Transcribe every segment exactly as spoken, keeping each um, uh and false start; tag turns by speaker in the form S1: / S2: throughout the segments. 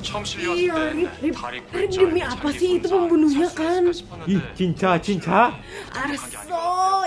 S1: Iya, Rip, Rip, Rip demi apa sih itu pembunuhnya kan?
S2: Ih, cinta, cinta.
S1: Arsoy.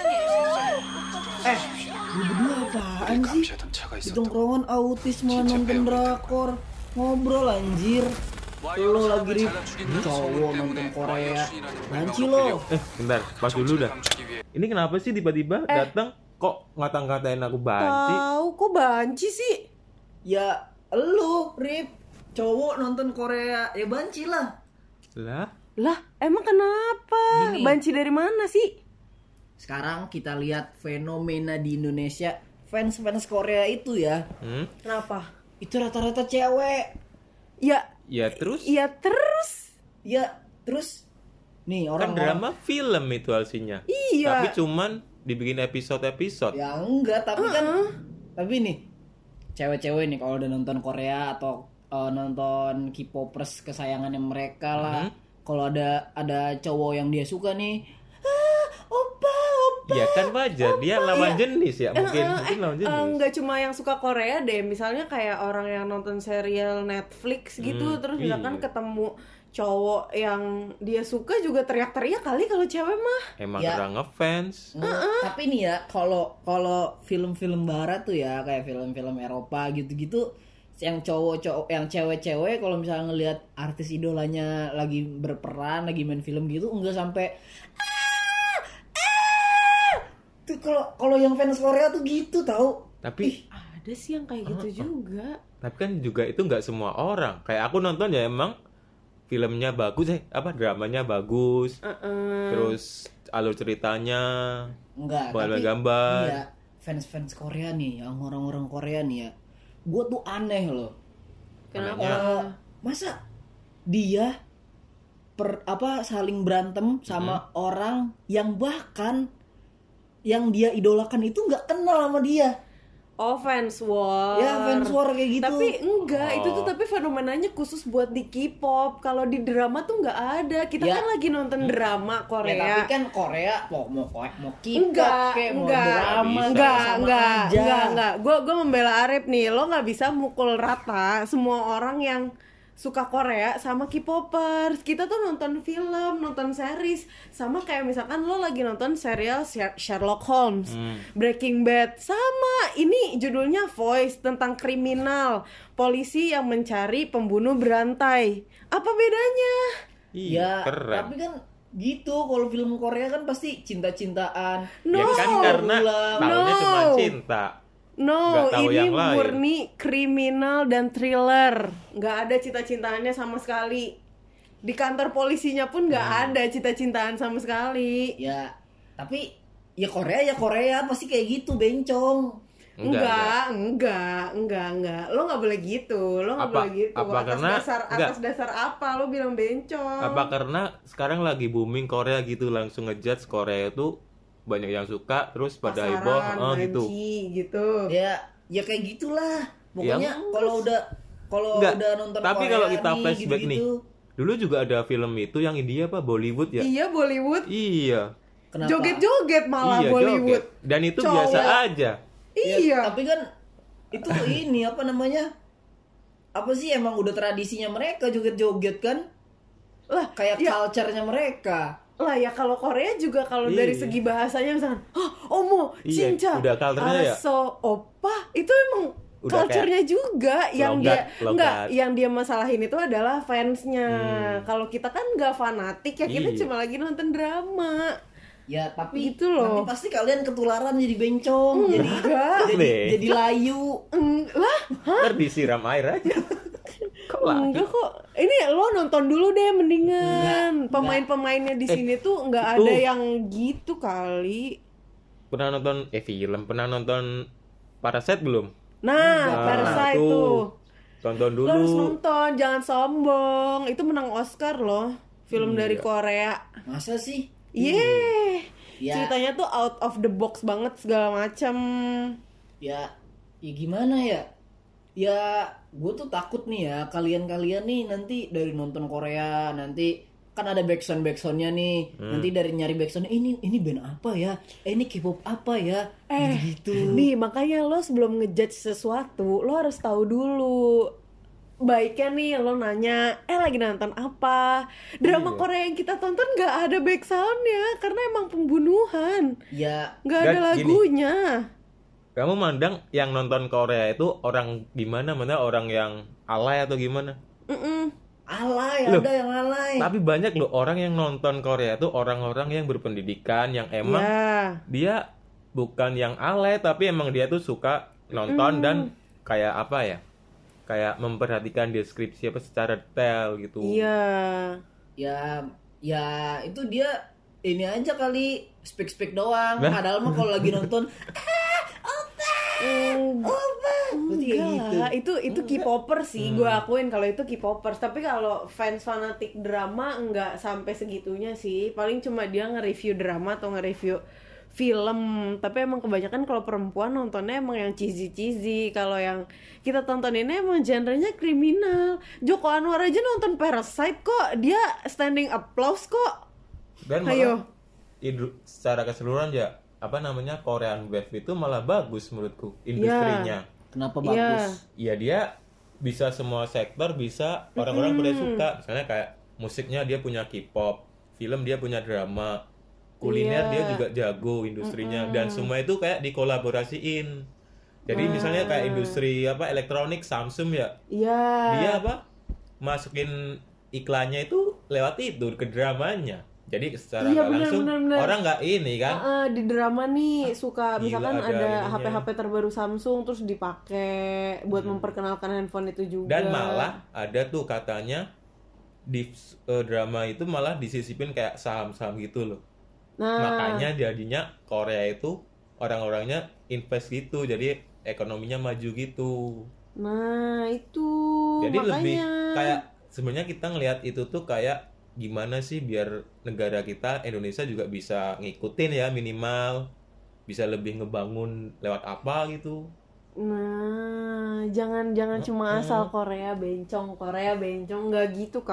S3: Eh, lu berdua apaan sih? Di tongkrongan autis malah nonton drakor. Ngobrol anjir. Lo lagi Rip, cowok nonton Korea. Banci lo.
S2: Eh, bentar, pas dulu dah. Ini kenapa sih tiba-tiba
S1: Eh.
S2: datang kok ngata-ngatain aku banci?
S1: Tahu kok banci sih?
S3: Ya, lu Rip, cowok nonton Korea. Ya banci lah.
S2: Lah,
S1: Lah, emang kenapa?
S3: Gini.
S1: Banci dari mana sih?
S3: Sekarang kita lihat fenomena di Indonesia. Fans-fans Korea itu ya,
S2: hmm?
S1: Kenapa?
S3: itu rata-rata cewek.
S1: Ya,
S2: Ya terus
S1: ya terus.
S3: Ya, terus nih
S2: kan
S3: orang
S2: drama film itu hasilnya.
S1: Iya.
S2: Tapi cuman dibikin episode-episode.
S3: Ya enggak, tapi kan tapi nih cewek-cewek nih kalau udah nonton Korea atau uh, nonton K-popers kesayangannya mereka lah.
S2: Mhm.
S3: Kalau ada ada cowok yang dia suka nih, ah, opa, opa.
S2: Ya kan wajar, dia lawan jenis ya mungkin, mungkin lawan jenis.
S1: Eh, nggak cuma yang suka Korea deh, misalnya kayak orang yang nonton serial Netflix gitu,
S2: Hmm,
S1: terus misalkan
S2: iya.
S1: ketemu cowok yang dia suka juga teriak-teriak kali kalau cewek mah.
S2: Emang
S3: Ya.
S2: udah ngefans.
S3: Hmm, Tapi nih ya, kalau kalau film-film barat tuh ya kayak film-film Eropa gitu-gitu, yang cowok-cowok, yang cewek-cewek kalau misalnya ngelihat artis idolanya lagi berperan, lagi main film gitu, enggak sampai ah, ah. Tuh kalau kalau yang fans Korea tuh gitu tahu.
S2: Tapi
S1: Ada sih yang kayak gitu juga.
S2: tapi kan juga itu nggak semua orang. Kayak aku nonton ya emang filmnya bagus, eh apa dramanya bagus.
S1: Heeh.
S2: Terus alur ceritanya
S3: Enggak,
S2: Gambar-
S3: tapi
S2: gambar.
S3: iya, fans-fans Korea nih, yang orang-orang Korea nih ya, gue tuh aneh loh.
S1: Kenapa?
S3: Eh, masa dia per apa saling berantem sama orang yang bahkan yang dia idolakan itu nggak kenal sama dia.
S1: Oh, fans war.
S3: Ya, fans war kayak gitu.
S1: Tapi enggak, itu tuh
S2: Oh.
S1: tapi fenomenanya khusus buat di K-pop. Kalau di drama tuh nggak ada. Kita
S3: Ya.
S1: kan lagi nonton drama
S3: Ya,
S1: Korea.
S3: tapi kan Korea mau mau mau K-pop
S1: Enggak,
S3: kayak mau
S1: enggak,
S3: drama
S2: Bisa.
S1: enggak,
S3: sama
S1: enggak,
S3: aja.
S1: enggak, enggak. Gue gue membela Arif nih. Lo nggak bisa mukul rata semua orang yang suka Korea sama K-popers. Kita tuh nonton film, nonton series, sama kayak misalkan lo lagi nonton serial Sher- Sherlock Holmes,
S2: Hmm.
S1: Breaking Bad, sama. Ini judulnya Voice, tentang kriminal, polisi yang mencari pembunuh berantai. Apa bedanya?
S2: Iya,
S3: Ya,
S2: keren.
S3: tapi kan gitu kalau film Korea kan pasti cinta-cintaan.
S1: No.
S2: Ya kan karena
S3: Ulang.
S2: tahunya
S1: No.
S2: cuma cinta.
S1: No,
S2: Nggak tahu
S1: ini
S2: yang lain.
S1: murni kriminal dan thriller. Nggak ada cinta-cintaannya sama sekali. Di kantor polisinya pun nggak
S2: Hmm.
S1: ada cinta-cintaan sama sekali.
S3: Ya, tapi ya Korea ya Korea pasti kayak gitu, bencong.
S1: Enggak, enggak, enggak, enggak. Lo nggak boleh gitu, lo nggak
S2: Apa-
S1: boleh gitu.
S2: apa
S1: atas
S2: karena-
S1: dasar
S2: enggak.
S1: atas dasar apa lo bilang bencong?
S2: Apa karena sekarang lagi booming Korea gitu, langsung ngejudge Korea itu banyak yang suka, terus pada
S1: Pasaran,
S2: heboh, oh gitu.
S1: manci, gitu.
S3: Ya, ya kayak gitulah. Pokoknya
S2: Ya,
S3: kalau udah kalau
S2: Enggak,
S3: udah nonton
S2: tapi
S3: Korea
S2: kalau kita
S3: nih,
S2: flashback nih,
S3: gitu-gitu.
S2: dulu juga ada film itu yang India apa Bollywood ya?
S1: Iya, Bollywood.
S2: Iya.
S3: Kenapa?
S1: Joget-joget malah
S2: Iya,
S1: Bollywood.
S2: joget. Dan itu
S1: Cowok.
S2: biasa aja.
S3: Ya,
S1: Iya.
S3: tapi kan itu ini apa namanya? Apa sih emang udah tradisinya mereka joget-joget kan?
S1: Lah,
S3: Kayak
S1: ya,
S3: culture-nya mereka.
S1: lah ya kalau Korea juga kalau dari
S2: Iya.
S1: segi bahasanya misalkan oh omo
S2: Iya,
S1: cinca
S2: udah culture-nya ya.
S1: araso opa itu emang
S2: Udah
S1: culture-nya juga yang
S2: logat,
S1: dia
S2: logat.
S1: enggak yang dia masalahin itu adalah fansnya.
S2: Hmm.
S1: Kalau kita kan nggak fanatik ya kita
S2: Iya.
S1: cuma lagi nonton drama.
S3: Ya, tapi
S1: Gitu loh.
S3: nanti pasti kalian ketularan jadi bencong, jadi
S1: Enggak.
S3: jadi,
S2: Bencong.
S3: jadi layu.
S1: Eng- lah
S2: Ntar disiram air aja. Kok lagi?
S1: enggak kok. Ini lo nonton dulu deh mendingan.
S3: Enggak,
S1: Pemain-pemainnya di
S2: Eh,
S1: sini tuh nggak
S2: itu.
S1: ada yang gitu kali.
S2: Pernah nonton eh film, pernah nonton Parasite belum?
S1: Nah,
S2: Nah,
S1: Parasite
S2: tuh.
S1: tuh.
S2: Tonton
S1: Lo harus
S2: dulu.
S1: nonton, jangan sombong. Itu menang Oscar loh, film dari
S2: Iya.
S1: Korea.
S3: Masa sih?
S1: Yeay.
S3: Ya.
S1: Ceritanya tuh out of the box banget segala macam.
S3: Ya, ya gimana ya? Ya, gue tuh takut nih ya, kalian-kalian nih nanti dari nonton Korea, nanti kan ada backsound backsoundnya nih, nanti dari nyari backsound ini ini band apa ya? Eh ini K-pop apa ya?
S1: Eh,
S3: gitu.
S1: nih makanya lo sebelum ngejudge sesuatu, lo harus tahu dulu baiknya nih lo nanya, eh lagi nonton apa? Drama
S2: Iya.
S1: Korea yang kita tonton nggak ada back soundnya karena emang pembunuhan,
S3: Ya
S1: nggak
S2: Dan
S1: ada
S2: gini.
S1: lagunya.
S2: Kamu mandang yang nonton Korea itu orang gimana? Mana orang yang alay atau gimana?
S1: Mm-mm.
S3: alay,
S2: Loh,
S3: ada yang alay.
S2: Tapi banyak loh orang yang nonton Korea itu orang-orang yang berpendidikan, yang emang
S1: Ya,
S2: dia bukan yang alay, tapi emang dia tuh suka nonton dan kayak apa ya? Kayak memperhatikan deskripsi apa secara detail gitu.
S1: iya.
S3: Ya ya itu dia ini aja kali speak-speak doang.
S2: Nah.
S3: Padahal mah kalau lagi nonton
S1: Mm,
S3: Berarti kayak gitu.
S1: enggak, itu itu K-popper sih, gue akuin kalau itu K-popers. Tapi kalau fans fanatik drama enggak sampai segitunya sih. Paling cuma dia nge-review drama atau nge-review film. Tapi emang kebanyakan kalau perempuan nontonnya emang yang cheesy-cheesy. Kalau yang kita tonton ini emang genrenya kriminal. Joko Anwar aja nonton Parasite kok, dia standing applause kok.
S2: Dan
S1: Ayo.
S2: malah idru- secara keseluruhan ya apa namanya Korean Wave itu malah bagus menurutku industrinya.
S3: kenapa
S1: Iya.
S3: bagus?
S2: Iya dia bisa semua sektor bisa orang-orang pada suka. Misalnya kayak musiknya dia punya K-pop, film dia punya drama, kuliner
S1: Iya.
S2: dia juga jago industrinya dan semua itu kayak dikolaborasiin. Jadi misalnya kayak industri apa elektronik Samsung ya,
S1: Iya.
S2: dia apa masukin iklannya itu lewat itu ke dramanya. Jadi secara
S1: Iya,
S2: nggak
S1: benar,
S2: langsung
S1: benar, benar.
S2: orang nggak ini kan.
S1: Heeh, di drama nih suka
S2: gila,
S1: misalkan
S2: ada
S1: ada
S2: ininya.
S1: H P H P terbaru Samsung terus dipakai buat memperkenalkan handphone itu juga.
S2: Dan malah ada tuh katanya di eh, drama itu malah disisipin kayak saham-saham gitu loh.
S1: Nah,
S2: Makanya jadinya Korea itu orang-orangnya invest gitu, jadi ekonominya maju gitu.
S1: nah itu
S2: Jadi
S1: makanya.
S2: lebih kayak sebenarnya kita ngelihat itu tuh kayak gimana sih biar negara kita Indonesia juga bisa ngikutin ya minimal bisa lebih ngebangun lewat apa gitu.
S1: Nah, jangan jangan cuma asal Korea bencong, Korea bencong nggak gitu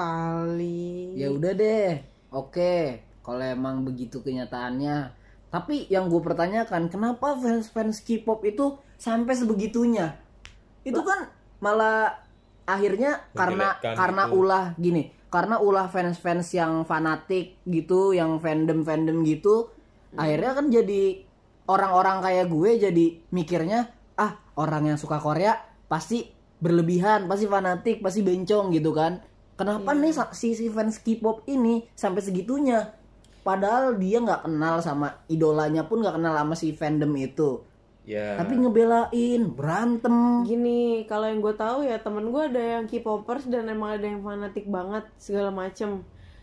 S1: kali.
S3: Ya udah deh. Oke, kalau emang begitu kenyataannya. Tapi yang gue pertanyakan, kenapa fans-fans K-pop itu sampai sebegitunya? Itu kan malah akhirnya karena
S2: Menjelekkan
S3: karena
S2: gitu.
S3: ulah gini, karena ulah fans-fans yang fanatik gitu, yang fandom-fandom gitu, akhirnya kan jadi orang-orang kayak gue jadi mikirnya, ah orang yang suka Korea pasti berlebihan, pasti fanatik, pasti bencong gitu kan. Kenapa nih sa- si, si fans K-pop ini sampai segitunya? Padahal dia nggak kenal sama idolanya pun nggak kenal sama si fandom itu.
S2: Ya.
S3: Tapi ngebelain, berantem.
S1: Gini, kalau yang gue tahu ya temen gue ada yang K-popers dan emang ada yang fanatik banget segala macem.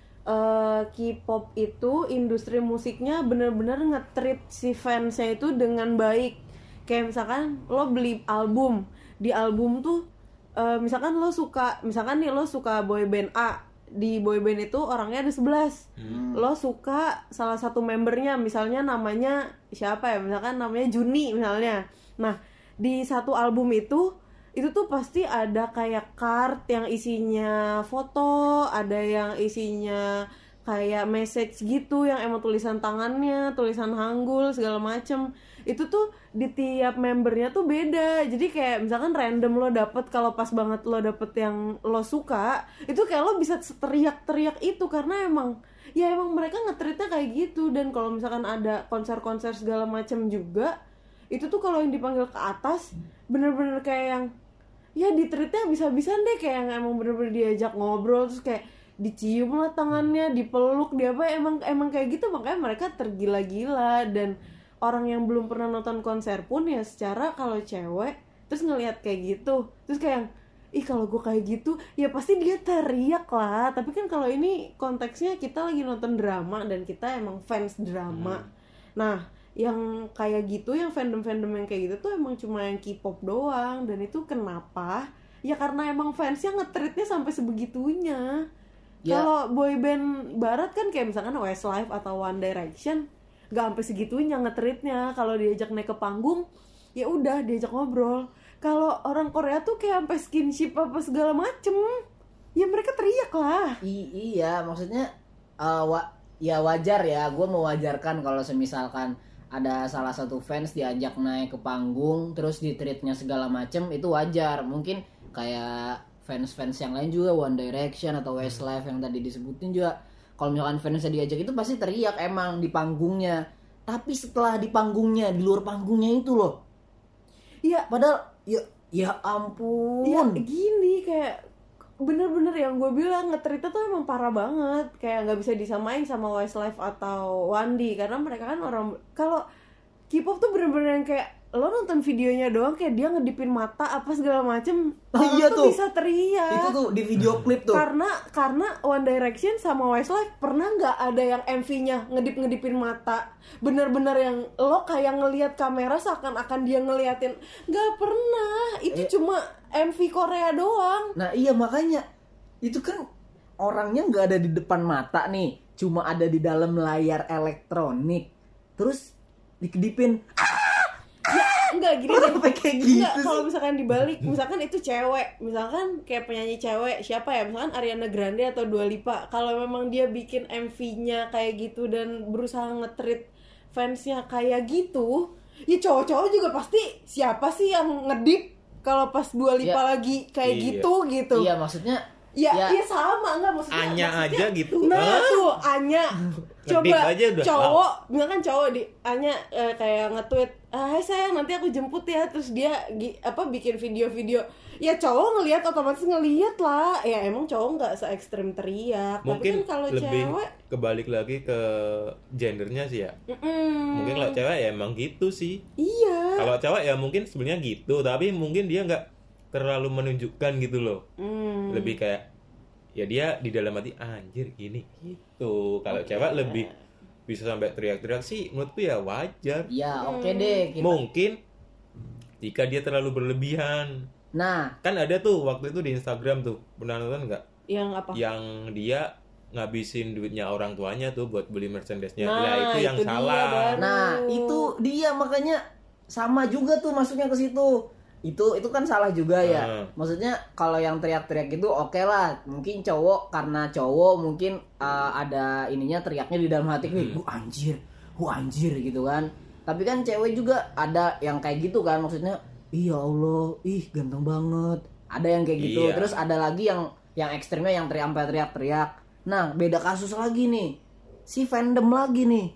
S1: Eh, K-pop itu industri musiknya bener-bener nge-treat si fansnya itu dengan baik. Kayak misalkan lo beli album, di album tuh eh, misalkan lo suka, misalkan nih lo suka boyband A, di boyband itu orangnya ada sebelas. Lo suka salah satu membernya, misalnya namanya siapa ya, misalkan namanya Juni misalnya. Nah, di satu album itu itu tuh pasti ada kayak card yang isinya foto, ada yang isinya kayak message gitu yang emang tulisan tangannya, tulisan Hangul segala macem. Itu tuh di tiap membernya tuh beda. Jadi kayak misalkan random lo dapet, kalau pas banget lo dapet yang lo suka, itu kayak lo bisa teriak-teriak itu karena emang ya emang mereka nge-treatnya kayak gitu. Dan kalau misalkan ada konser-konser segala macem juga, itu tuh kalau yang dipanggil ke atas bener-bener kayak yang ya di-treatnya bisa-bisan deh, kayak yang emang bener-bener diajak ngobrol, terus kayak dicium lah tangannya, dipeluk, dia apa emang emang kayak gitu. Makanya mereka tergila-gila. Dan orang yang belum pernah nonton konser pun ya secara kalau cewek terus ngelihat kayak gitu, terus kayak yang, ih kalau gue kayak gitu ya pasti dia teriak lah. Tapi kan kalau ini konteksnya kita lagi nonton drama dan kita emang fans drama. Nah, yang kayak gitu, yang fandom-fandom yang kayak gitu tuh emang cuma yang K-pop doang. Dan itu kenapa? Ya karena emang fansnya nge-treatnya sampai sebegitunya.
S3: Ya.
S1: Kalau boyband barat kan kayak misalkan Westlife atau One Direction, nggak sampai segitunya nge-treatnya. Kalau diajak naik ke panggung, ya udah diajak ngobrol. Kalau orang Korea tuh kayak sampai skinship apa segala macem, ya mereka teriak lah.
S3: I- iya, maksudnya eh, wa- ya wajar ya, gue mewajarkan kalau semisalkan ada salah satu fans diajak naik ke panggung terus di treatnya segala macem, itu wajar. Mungkin kayak fans-fans yang lain juga, One Direction atau Westlife yang tadi disebutin juga, kalau misalkan fansnya diajak itu pasti teriak emang di panggungnya. Tapi setelah di panggungnya, di luar panggungnya itu loh,
S1: Iya,
S3: padahal ya ya ampun.
S1: ya gini kayak bener-bener yang gue bilang nge-treatnya tuh emang parah banget, kayak nggak bisa disamain sama Westlife atau Wandi karena mereka kan orang, kalau K-pop tuh bener-bener yang kayak lo nonton videonya doang kayak dia ngedipin mata apa segala macem,
S3: Oh,
S1: orang
S3: iya
S1: tuh
S3: tuh.
S1: bisa teriak.
S3: Itu tuh di video klip tuh.
S1: Karena karena One Direction sama Westlife pernah nggak ada yang M V-nya ngedip-ngedipin mata, bener-bener yang lo kayak ngelihat kamera seakan-akan dia ngeliatin, nggak pernah. Itu
S3: Eh.
S1: cuma M V Korea doang.
S3: Nah iya makanya itu kan orangnya nggak ada di depan mata nih, cuma ada di dalam layar elektronik, terus dikedipin.
S1: Enggak gini
S3: Orang
S1: deh.
S3: sampai kayak gitu
S1: Enggak,
S3: sih.
S1: kalau misalkan dibalik, misalkan itu cewek, misalkan kayak penyanyi cewek siapa ya, misalkan Ariana Grande atau Dua Lipa, kalau memang dia bikin M V-nya kayak gitu dan berusaha nge-treat fansnya kayak gitu, ya cowok-cowok juga pasti siapa sih yang ngedip kalau pas Dua Lipa
S3: Ya.
S1: lagi kayak
S2: Iya.
S1: gitu gitu.
S3: Iya maksudnya
S1: Ya,
S3: ya,
S1: ya sama enggak maksudnya.
S2: Anya
S1: maksudnya-
S2: aja gitu.
S1: Nah,
S2: Hah?
S1: tuh Anya. Coba
S2: Ngedip aja udah.
S1: cowok, misalkan cowok di Anya eh, kayak nge-tweet, "Ah, hai sayang, nanti aku jemput ya." Terus dia gi- apa bikin video-video. Ya cowok ngelihat otomatis ngelihat lah. Ya emang cowok nggak se ekstrim teriak.
S2: Mungkin
S1: Tapi kan kalau
S2: lebih
S1: cewek,
S2: kebalik lagi ke gendernya sih ya.
S1: mm-mm.
S2: Mungkin kalau cewek ya emang gitu sih.
S1: Iya.
S2: Kalau cewek ya mungkin sebenarnya gitu, tapi mungkin dia nggak terlalu menunjukkan gitu loh.
S1: Hmm.
S2: Lebih kayak ya dia di dalam hati anjir gini gitu. Kalau cewek lebih bisa sampai teriak-teriak sih menurutku ya wajar.
S3: ya
S1: Hmm.
S3: oke deh kita.
S2: Mungkin jika dia terlalu berlebihan.
S3: Nah
S2: Kan ada tuh waktu itu di Instagram tuh, pernah nonton nggak?
S1: Yang apa?
S2: Yang dia ngabisin duitnya orang tuanya tuh buat beli merchandise-nya.
S1: Nah,
S2: Nah, itu yang
S1: itu dia
S2: salah.
S1: baru.
S3: Nah, itu dia makanya sama juga tuh masuknya ke situ. Itu itu kan salah juga ya.
S2: Hmm.
S3: Maksudnya kalau yang teriak-teriak itu oke lah. Mungkin cowok karena cowok mungkin uh, ada ininya teriaknya di dalam hati nih, "Hu anjir, hu anjir" gitu kan. Tapi kan cewek juga ada yang kayak gitu kan, maksudnya, "Iya Allah, ih ganteng banget." Ada yang kayak gitu.
S2: Iya.
S3: Terus ada lagi yang yang ekstrimnya yang teriak sampai teriak-teriak. Nah, beda kasus lagi nih. Si fandom lagi nih.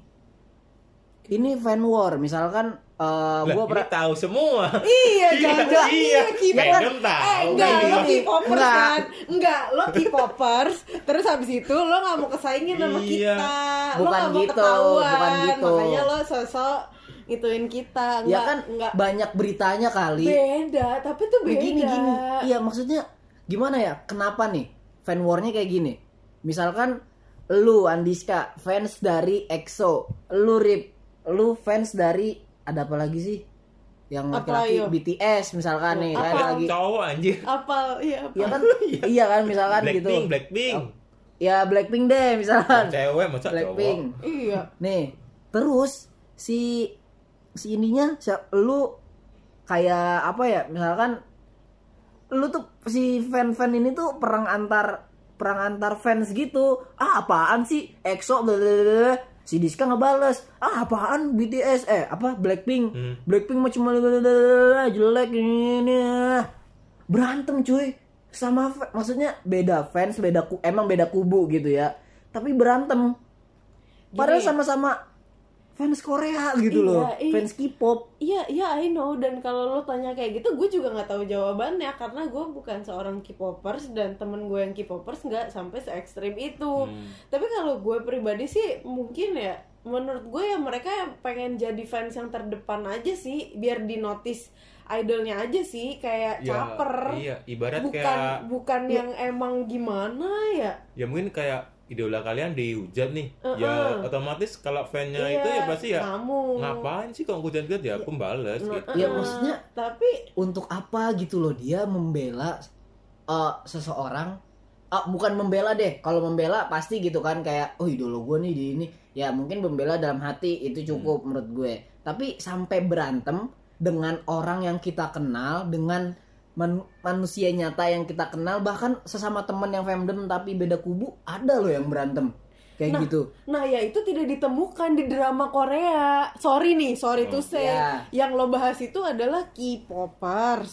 S3: Ini fan war, misalkan uh,
S2: Lah,
S3: gue
S2: ini tahu semua.
S1: Iya, jangan
S2: iya.
S1: K-popers.
S2: Fandom tahu.
S1: Eh, enggak,
S3: Iya.
S1: lo K-popers
S3: Enggak.
S1: kan? Enggak, lo K-popers. Terus habis itu lo gak mau kesaingin sama
S2: Iya.
S1: kita. Lo
S3: Bukan
S1: gak mau
S3: gitu,
S1: ketahuan.
S3: bukan gitu.
S1: Makanya lo sosok ngituin kita.
S3: ya
S1: Enggak,
S3: kan
S1: enggak.
S3: banyak beritanya kali.
S1: Beda, tapi tuh beda.
S3: Begini gini. Iya, maksudnya gimana ya? Kenapa nih fan war-nya kayak gini? Misalkan lu Andiska fans dari EXO, lu Rip, lu fans dari ada apa lagi sih? Yang
S1: Apa,
S3: laki-laki
S1: yuk?
S3: B T S misalkan nih,
S1: Apa?
S3: kan lagi.
S2: Cowok anjir.
S1: Apa? Iya, apa?
S3: Iya kan? Iya kan misalkan gitu.
S2: Blackpink, Blackpink.
S3: Ya Blackpink deh misalkan.
S2: Cewek masa
S3: Blackpink.
S2: cowok.
S1: Iya.
S3: Nih, terus si si ininya si, lu kayak apa ya? Misalkan lu tuh si fan-fan ini tuh perang antar perang antar fans gitu. Ah, apaan sih? EXO blablabla. Si Diska ngebales. Ah, apaan B T S? Eh, apa Blackpink?
S2: Hmm.
S3: Blackpink mah cuma blablabla, jelek ini, ini. Berantem cuy. Sama fa- maksudnya beda fans, beda ku, emang beda kubu gitu ya. Tapi berantem. Padahal
S1: Gini.
S3: sama-sama fans Korea gitu
S1: Iya,
S3: loh,
S1: iya.
S3: fans K-pop.
S1: Iya, iya, I know. Dan kalau lo tanya kayak gitu, gue juga nggak tahu jawabannya karena gue bukan seorang K-popers dan temen gue yang K-popers nggak sampai se ekstrim itu.
S2: Hmm.
S1: Tapi kalau gue pribadi sih mungkin ya, menurut gue ya mereka yang pengen jadi fans yang terdepan aja sih, biar di notice idolnya aja sih, kayak
S2: Ya,
S1: caper.
S2: iya, ibarat
S1: bukan
S2: kayak
S1: bukan yang emang gimana ya.
S2: ya mungkin kayak idola kalian dihujat nih.
S1: Uh-uh.
S2: Ya otomatis kalau fan-nya
S1: Iya,
S2: itu ya pasti ya
S1: ngamuk.
S2: ngapain sih kalau hujat-hujat ya aku bales
S1: Nah,
S2: gitu.
S3: Ya,
S1: uh-uh.
S3: maksudnya
S1: tapi
S3: untuk apa gitu loh dia membela uh, seseorang. Ah, bukan membela deh. Kalau membela pasti gitu kan kayak oh idola gue nih di ini. Ya mungkin membela dalam hati itu cukup menurut gue. Tapi sampai berantem dengan orang yang kita kenal, dengan man- manusia nyata yang kita kenal, bahkan sesama teman yang fandom tapi beda kubu, ada loh yang berantem kayak
S1: Nah,
S3: gitu.
S1: Nah ya itu tidak ditemukan di drama Korea. Sorry nih, sorry to say.
S3: ya.
S1: Yang lo bahas itu adalah K-popers.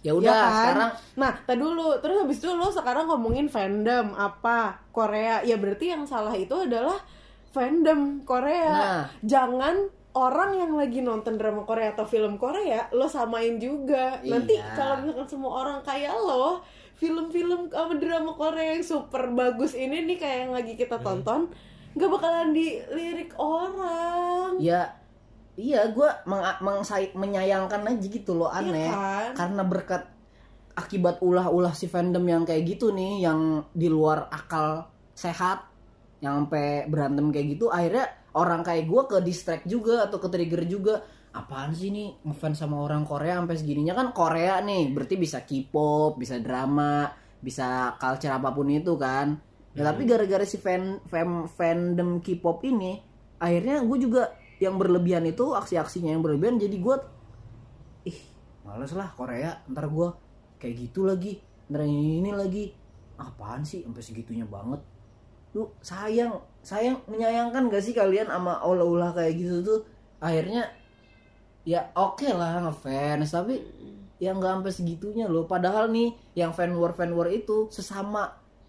S3: Ya udah
S1: kan?
S3: sekarang.
S1: Nah, tadi dulu. Terus habis itu lo sekarang ngomongin fandom apa Korea. Ya berarti yang salah itu adalah fandom Korea.
S3: Nah.
S1: Jangan orang yang lagi nonton drama Korea atau film Korea lo samain juga. Nanti
S3: Iya.
S1: kalau misalkan semua orang kayak lo, film-film sama drama Korea yang super bagus ini nih kayak yang lagi kita tonton, nggak bakalan dilirik orang.
S3: Ya iya, gue meng- mengsay- menyayangkan aja gitu loh, aneh.
S1: Iya kan?
S3: Karena berkat akibat ulah-ulah si fandom yang kayak gitu nih, yang di luar akal sehat, yang sampai berantem kayak gitu, akhirnya orang kayak gue ke distract juga atau ke trigger juga. Apaan sih nih ngefans sama orang Korea sampai segininya? Kan Korea nih berarti bisa K-pop, bisa drama, bisa culture apapun itu kan. Ya tapi gara-gara si fan, fan fandom K-pop ini, akhirnya gue juga yang berlebihan itu, aksi-aksinya yang berlebihan, jadi gue ih males lah Korea, ntar gue kayak gitu lagi, ntar ini, ini lagi, apaan sih sampai segitunya banget. Lu sayang, sayang menyayangkan gak sih kalian sama ulah-ulah kayak gitu tuh? Akhirnya ya oke okay lah ngefans, tapi ya nggak sampai segitunya loh. Padahal nih yang fan war fan war itu sesama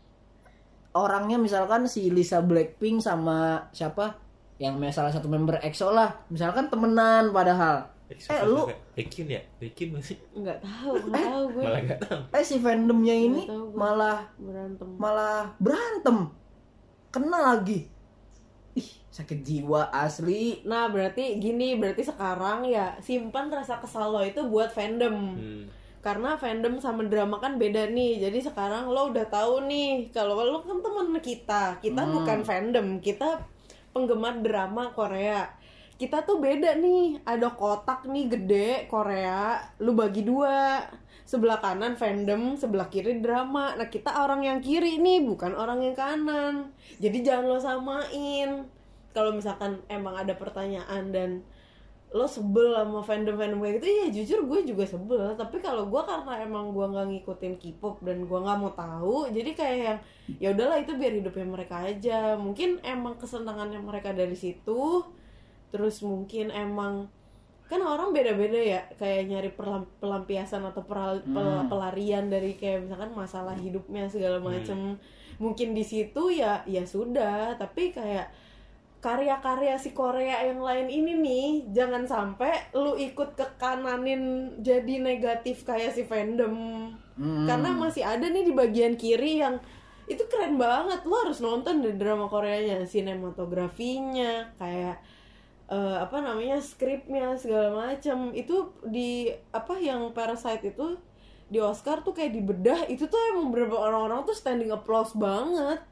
S3: orangnya, misalkan si Lisa Blackpink sama siapa yang salah satu member EXO lah, misalkan temenan padahal. Eh lu
S2: Baekhyun ya? Baekhyun masih
S1: Nggak tahu, nggak tahu gue.
S2: malah nggak tahu.
S3: Eh si fandomnya ini
S1: Nggak tahu gue.
S3: malah
S1: Berantem.
S3: malah berantem, kena lagi. Ih sakit jiwa asli.
S1: Nah berarti gini, berarti sekarang ya simpan rasa kesal lo itu buat fandom.
S2: Hmm.
S1: Karena fandom sama drama kan beda nih. Jadi sekarang lo udah tahu nih, kalau lo kan teman kita, kita
S3: Hmm.
S1: bukan fandom, kita penggemar drama Korea. Kita tuh beda nih, ada kotak nih gede Korea, lu bagi dua. Sebelah kanan fandom, sebelah kiri drama. Nah kita orang yang kiri nih, bukan orang yang kanan. Jadi jangan lo samain. Kalau misalkan emang ada pertanyaan dan lo sebel sama fandom-fandom kayak gitu, ya jujur gue juga sebel. Tapi kalau gue karena emang gue nggak ngikutin K-pop dan gue nggak mau tahu, jadi kayak yang ya udahlah itu biar hidupnya mereka aja. Mungkin emang kesenangannya mereka dari situ. Terus mungkin emang kan orang beda-beda ya, kayak nyari perlam- pelampiasan atau peral- pel- pelarian dari kayak misalkan masalah hidupnya segala macem. Mungkin di situ ya ya sudah, tapi kayak karya-karya si Korea yang lain ini nih jangan sampai lu ikut ke kananin jadi negatif kayak si fandom.
S3: Hmm.
S1: Karena masih ada nih di bagian kiri yang itu keren banget, lu harus nonton di drama Koreanya, sinematografinya, kayak uh, apa namanya, skripnya segala macam. Itu di apa yang Parasite itu di Oscar tuh kayak dibedah, itu tuh emang beberapa orang-orang tuh standing applause banget.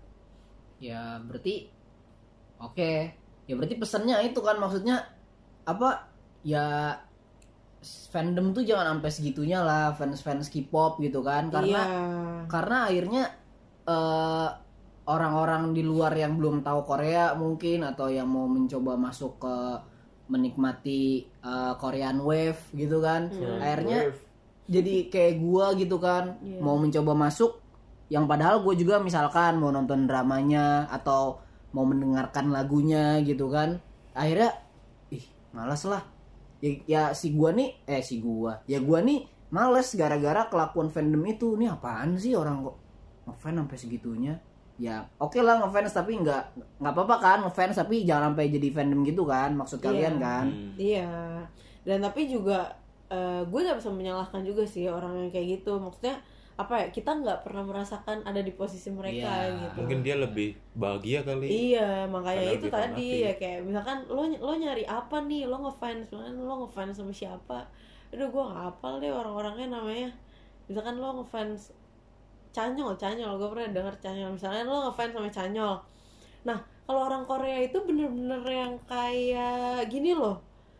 S3: Ya berarti oke, ya berarti pesannya itu kan, maksudnya apa ya, fandom tuh jangan sampai segitunya lah, fans-fans K-pop gitu kan, karena
S1: Iya.
S3: karena akhirnya eh, orang-orang di luar yang belum tahu Korea mungkin, atau yang mau mencoba masuk ke menikmati eh, Korean Wave gitu kan, akhirnya jadi kayak gua gitu kan,
S1: Iya.
S3: mau mencoba masuk, yang padahal gue juga misalkan mau nonton dramanya atau mau mendengarkan lagunya gitu kan, akhirnya ih malas lah ya, ya si gua nih eh si gua ya gua nih males gara-gara kelakuan fandom itu. Nih apaan sih orang kok ngefans sampai segitunya. Ya oke okay lah ngefans, tapi nggak nggak apa-apa kan ngefans, tapi jangan sampai jadi fandom gitu kan, maksud kalian
S1: Iya.
S3: kan.
S2: Hmm.
S1: Iya, dan tapi juga uh, gue nggak bisa menyalahkan juga sih orang yang kayak gitu. Maksudnya apa ya, kita nggak pernah merasakan ada di posisi mereka
S3: Iya.
S1: gitu.
S2: Mungkin dia lebih bahagia kali.
S1: Iya, makanya
S2: Karena
S1: itu
S2: lebih
S1: tadi
S2: fanatik.
S1: ya, kayak misalkan lo lo nyari apa nih, lo ngefans, misalkan lo ngefans sama siapa? Aduh, gue nggak hafal deh orang-orangnya namanya. Misalkan lo ngefans Chanyeol, Chanyeol, gue pernah denger Chanyeol. Misalnya lo ngefans sama Chanyeol. Nah, kalau orang Korea itu bener-bener yang kayak gini loh,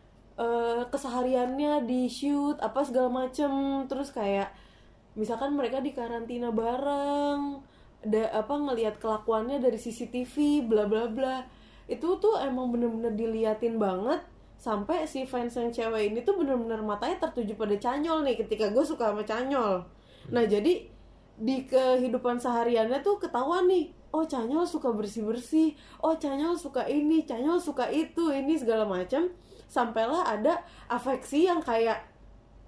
S1: eh, kesehariannya di shoot apa segala macem, terus kayak misalkan mereka di karantina bareng, ada apa ngelihat kelakuannya dari C C T V, bla bla bla. Itu tuh emang bener-bener diliatin banget, sampai si fans yang cewek ini tuh bener-bener matanya tertuju pada Chanyeol nih ketika gue suka sama Chanyeol. Nah jadi di kehidupan sehariannya tuh ketahuan nih, oh Chanyeol suka bersih-bersih, oh Chanyeol suka ini, Chanyeol suka itu, ini segala macam. Sampailah ada afeksi yang kayak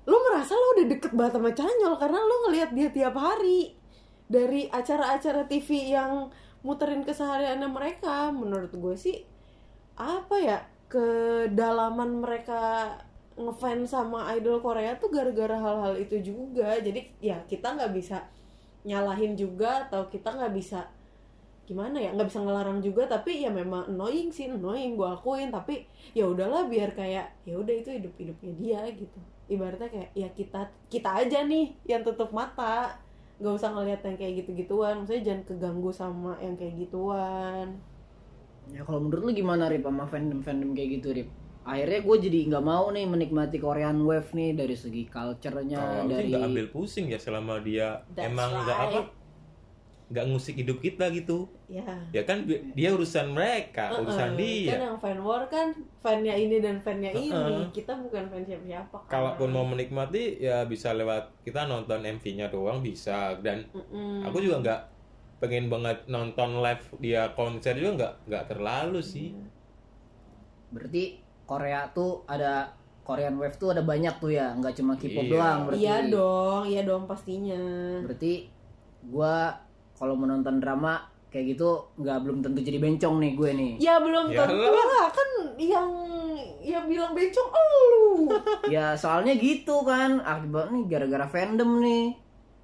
S1: lo merasa lo udah deket banget sama Canyol karena lo ngelihat dia tiap hari dari acara-acara T V yang muterin kesehariannya mereka. Menurut gue sih apa ya, kedalaman mereka ngefans sama idol Korea tuh gara-gara hal-hal itu juga. Jadi ya kita nggak bisa nyalahin juga, atau kita nggak bisa gimana ya, nggak bisa ngelarang juga, tapi ya memang annoying sih, annoying gue akuin. Tapi ya udahlah, biar kayak ya udah itu hidup hidupnya dia gitu. Ibaratnya kayak ya kita kita aja nih yang tutup mata, nggak usah ngelihat yang kayak gitu-gituan. Maksudnya jangan keganggu sama yang kayak gituan.
S3: Ya kalau menurut lu gimana Rip sama fandom-fandom kayak gitu Rip? Akhirnya gue jadi nggak mau nih menikmati Korean Wave nih dari segi culture-nya.
S2: Kalau
S3: dari
S2: sih nggak ambil pusing ya selama dia
S1: That's
S2: emang nggak
S1: right.
S2: apa, nggak ngusik hidup kita gitu.
S1: Ya.
S2: Ya kan bi- dia urusan mereka,
S1: Uh-uh.
S2: urusan dia.
S1: Kan yang fan war kan fannya ini dan fannya ini.
S2: Uh-uh.
S1: Kita bukan fan siapa-siapa kan.
S2: Kalaupun mau menikmati ya bisa lewat kita nonton M V-nya doang bisa. Dan
S1: Mm-mm.
S2: aku juga nggak pengen banget nonton live dia konser juga, nggak nggak terlalu sih.
S3: Berarti Korea tuh ada Korean Wave tuh ada banyak tuh ya, nggak cuma K-pop
S2: Iya.
S3: doang berarti.
S1: Iya dong, iya dong pastinya.
S3: Berarti gua kalau menonton drama kayak gitu nggak belum tentu jadi bencong nih gue nih.
S1: Ya belum
S2: Ya
S1: tentu
S2: lah.
S1: lah, kan yang yang bilang bencong elu.
S3: Ya soalnya gitu kan, akibat nih gara-gara fandom nih.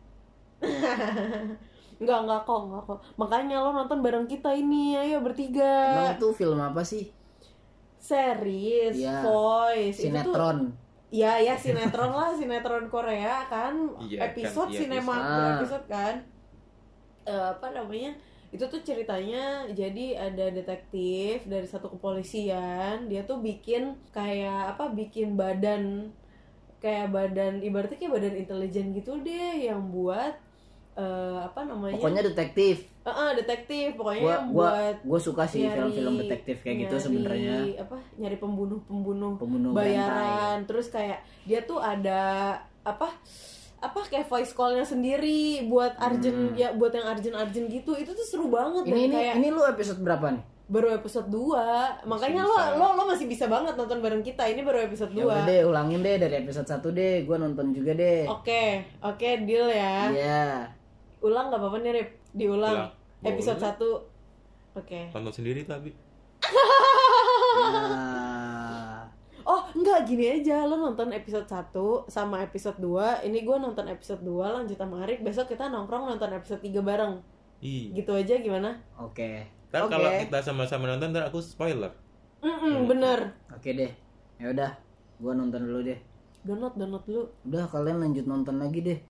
S1: Enggak, enggak kok, enggak kok. Makanya lo nonton bareng kita ini, ayo bertiga.
S3: Emang itu film apa sih?
S1: Series,
S3: Iya.
S1: voice, itu tuh
S3: Sinetron.
S1: ya ya sinetron lah, sinetron Korea kan,
S2: Iya,
S1: episode
S2: kan, iya,
S1: sinema
S3: episode.
S1: per
S3: Ah.
S1: episode kan. Eh, apa namanya? Itu tuh ceritanya jadi ada detektif dari satu kepolisian, dia tuh bikin kayak apa? Bikin badan kayak badan ibaratnya kayak badan intelijen gitu deh yang buat eh, apa namanya?
S3: Pokoknya detektif.
S1: Eh, eh, detektif pokoknya
S3: Gua
S1: yang
S3: gua
S1: buat
S3: gua suka sih
S1: nyari-
S3: film-film detektif kayak gitu
S1: nyari
S3: sebenarnya.
S1: apa nyari pembunuh-pembunuh
S3: Pembunuh
S1: bayaran. Terus kayak dia tuh ada apa apa kayak voice call-nya sendiri buat urgent ya, buat yang urgent-urgent gitu. Itu tuh seru banget.
S3: Hmm. Ini
S1: dan
S3: ini
S1: kayak
S3: ini lu episode berapa nih?
S1: baru episode dua. Makanya lo
S2: bisa.
S1: lo lo masih bisa banget nonton bareng kita. Ini baru episode
S3: Ya
S1: dua.
S3: udah deh, ulangin deh dari episode satu deh. Gua nonton juga deh.
S1: Oke, oke deal ya.
S3: Iya.
S1: Ulang nggak apa-apa nih, Rip. Diulang.
S2: Ulang.
S1: Episode
S2: Boleh.
S1: satu. Oke.
S2: Tonton sendiri tapi.
S3: Nah.
S1: Oh enggak, gini aja, lo nonton episode satu sama episode dua. Ini gue nonton episode dua lanjut sama Arik. Besok kita nongkrong nonton episode tiga bareng.
S2: Ih.
S1: Gitu aja gimana?
S3: Oke.
S2: Ntar
S1: Oke.
S2: kalau kita sama-sama nonton ntar aku spoiler.
S1: Mm-mm, bener.
S3: Oke deh. Ya udah, gua nonton dulu deh.
S1: Download, download dulu.
S3: Udah kalian lanjut nonton lagi deh.